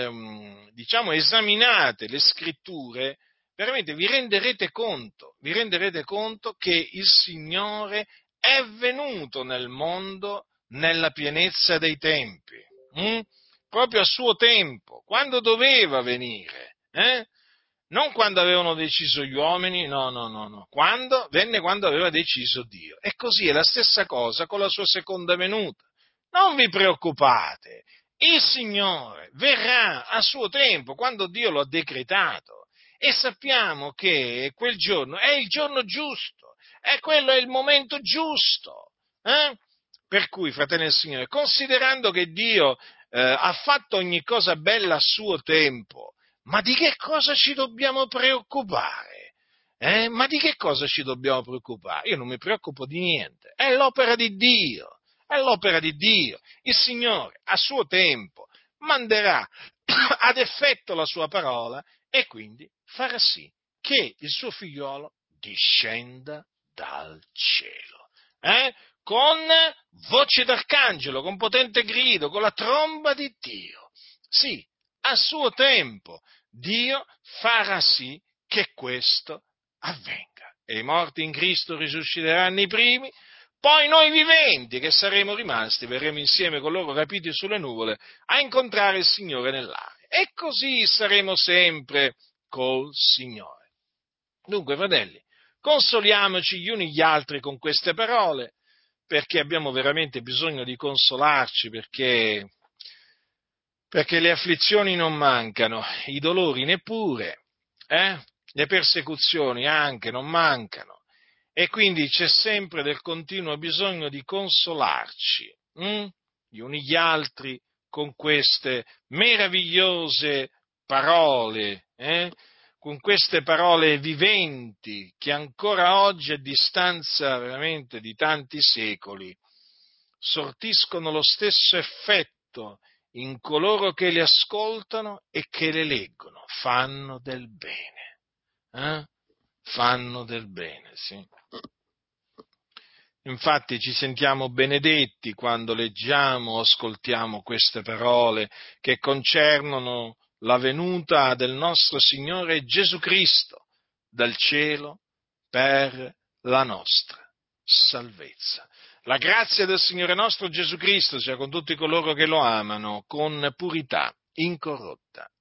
ehm, diciamo, esaminate le scritture, veramente vi renderete conto, vi renderete conto che il Signore è venuto nel mondo nella pienezza dei tempi, hm? Proprio a suo tempo, quando doveva venire, eh? Non quando avevano deciso gli uomini, no, no, no, no, quando, venne quando aveva deciso Dio. E così è la stessa cosa con la sua seconda venuta. Non vi preoccupate, il Signore verrà a suo tempo, quando Dio lo ha decretato. E sappiamo che quel giorno è il giorno giusto, e quello è il momento giusto. Eh? Per cui, fratelli del Signore, considerando che Dio eh, ha fatto ogni cosa bella a suo tempo, ma di che cosa ci dobbiamo preoccupare? Eh? Ma di che cosa ci dobbiamo preoccupare? Io non mi preoccupo di niente, è l'opera di Dio, è l'opera di Dio. Il Signore, a suo tempo, manderà ad effetto la sua parola e quindi farà sì che il suo figliolo discenda dal cielo, eh? Con voce d'arcangelo, con potente grido, con la tromba di Dio. Sì, a suo tempo Dio farà sì che questo avvenga. E i morti in Cristo risusciteranno i primi, poi noi viventi che saremo rimasti verremo insieme con loro rapiti sulle nuvole a incontrare il Signore nell'aria. E così saremo sempre col Signore. Dunque, fratelli, consoliamoci gli uni gli altri con queste parole, perché abbiamo veramente bisogno di consolarci, perché, perché le afflizioni non mancano, i dolori neppure, eh? Le persecuzioni anche non mancano, e quindi c'è sempre del continuo bisogno di consolarci, hm? Gli uni gli altri con queste meravigliose parole, eh? Con queste parole viventi che ancora oggi, a distanza veramente di tanti secoli, sortiscono lo stesso effetto in coloro che le ascoltano e che le leggono. Fanno del bene, eh? Fanno del bene, sì. Infatti ci sentiamo benedetti quando leggiamo o ascoltiamo queste parole che concernono la venuta del nostro Signore Gesù Cristo dal cielo per la nostra salvezza. La grazia del Signore nostro Gesù Cristo sia con tutti coloro che lo amano con purità incorrotta.